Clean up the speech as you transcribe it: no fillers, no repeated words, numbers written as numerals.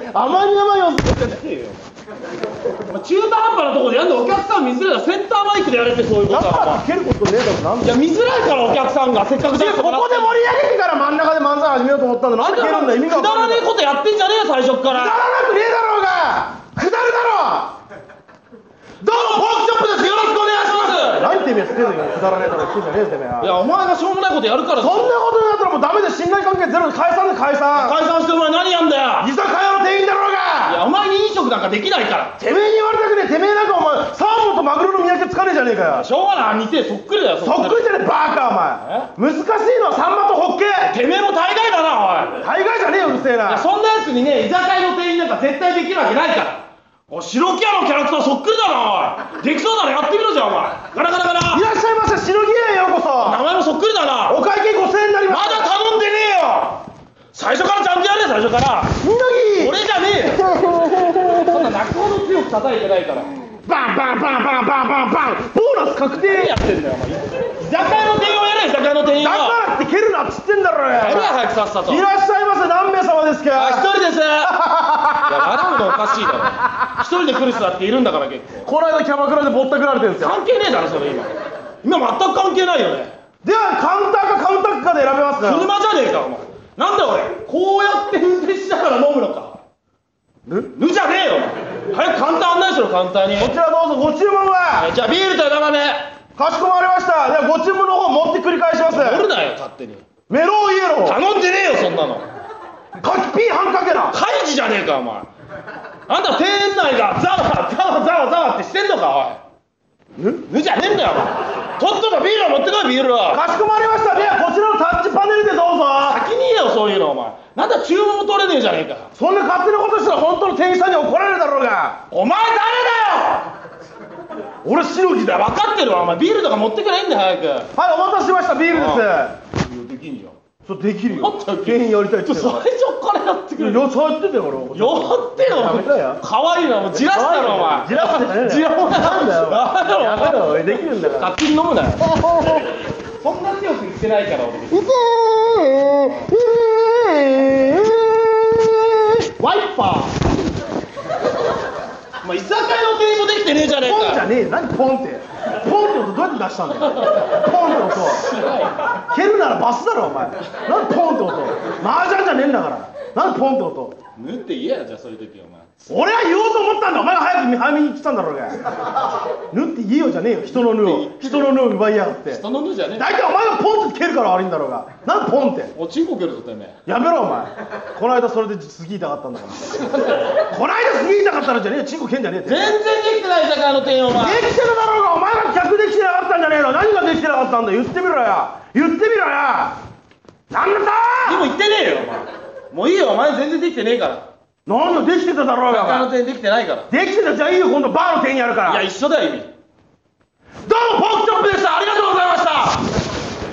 甘に甘い様子出てよ。中途半端なところでやるのお客さん見づらいからセンターマイクでやれってそういうことは。 蹴ることねえだろ。なんいや見づらいからお客さんがせっかく出してここで盛り上げてから真ん中で漫才始めようと思ったんだ。なんで蹴るんだ。意味がくだらねえことやってんじゃねえよ最初っから。 くだらなくねえだろうが。くだるだろ。どうもフォークショップです。よろしくお願いします。何てめえつってんのよ。くだらねえだろ言ってんじゃねえよてめえ。 いやお前がしょうもないことやるから。 そんなことになったらもうダメで信頼関係ゼロで解散で解散。 解散してお前何やんだよ。 居酒屋の店員だろうが。 いやお前に飲食なんかできないから。 てめえに言われたくねえ。てめえなんかお前サーモンとマグロの見分けつかねえじゃねえかよ。 しょうがない似てそっくりだよ。 そっくりじゃねえバカお前。難しいのはサンマとホッケ。 てめえも大概だなおい。 大概じゃねえようるせえな。 そんなやつにね居酒屋の店員なんか絶対できるわけないから。お白木屋のキャラクターそっくりだなおい。できそうならやってみろじゃんお前。ガラガラガラ。 いらっしゃいませ。白木屋へようこそ。 名前もそっくりだな。 お会計5000円になります。 まだ頼んでねえよ。最初からちゃんとやれ最初から。 みのぎ俺じゃねえよ。そんな泣くほど強く叩いてないから。 バンバンバンバンバンバンバン。ボーナス確定。 何やってんだよお前。居酒屋の店員をやれ居酒屋の店員だは。 からって蹴るなっつってんだろよ。 やれ早くさっさと。 いらっしゃいませ。何名様ですか。 一人です。いや笑うのおかしいだろ。一人で来る人だっているんだから結構。 この間キャバクラでぼったくられてるんですよ。 関係ねえだろそれ今。今全く関係ないよね。 ではカウンターかカウンタックかで選べますか。 車じゃねえかお前。なんだ俺こうやって運転しながら飲むのか。ぬじゃねえよ。早くカウンター案内しろカウンターに。 こちらどうぞ。ご注文は。 じゃあビールと枝豆。 かしこまりました。ではご注文の方持って繰り返します。 乗るなよ勝手に。 メロンイエロー。 頼んでねえよそんなの。 かきピー半かけな。 カイジじゃねえかお前。あんた店内がざわざわざわざわってしてんのかおい。ぬじゃねえんだよお前。とっととビールを持ってこいビールを。 かしこまりました。ではこちらのタッチパネルでどうぞ。 先に言えよそういうのお前。なんだ注文も取れねえじゃねえか。 そんな勝手なことしたら本当の店員さんに怒られるだろうが。 お前誰だよ。俺白木だ。分かってるわお前。ビールとか持ってくれいいんだよ早く。 はい、お待たせしました。ビールです。 できんじゃん。 そうできるよ。店員やりたいって言って最初からやってくれ。 やってんだよこれ。 やってよ。 やめたよ。 可愛いなもうじらしたろお前。 じらしてねえ。 じらなんだよ。やめろ。できるんだから。 勝手に飲むなよ。そんな強く言ってないから俺。ワイパー。お前居酒屋の店員もできてねえじゃねえか。 ポンじゃねえよ。何ポンって。ポンって音どうやって出したんだよ。ポンって音。蹴るならバスだろお前。なんでポンって音。麻雀じゃねえんだから。なんでポンって音。 ぬって言えやじゃあそういう時お前。 俺は言おうと思ったんだ。お前が早めに来たんだろうが。ぬって言えよじゃねえよ。人のぬを奪いやがって。 人のぬじゃねえ。 大体お前がポンって蹴るから悪いんだろうが。なんでポンって。 おちんこ蹴るぞてめえ。 やめろお前。この間それで杉痛かったんだから。この間杉痛かったらじゃねえよ。チンコ蹴んじゃねえって。 全然できてない居酒屋の店員お前。 できてるだろうが。お前が客できてなかったんじゃねえの。何ができてなかったんだ。言ってみろよ。言ってみろよ。なんだでも言ってねえよお前。もういいよお前全然できてねえから。 なんだできてただろうが。 居酒屋の店員できてないから。 できてた。じゃあいいよ今度バーの店員やるから。 いや一緒だよ意味。 どうもポークチョップでした。ありがとうございました。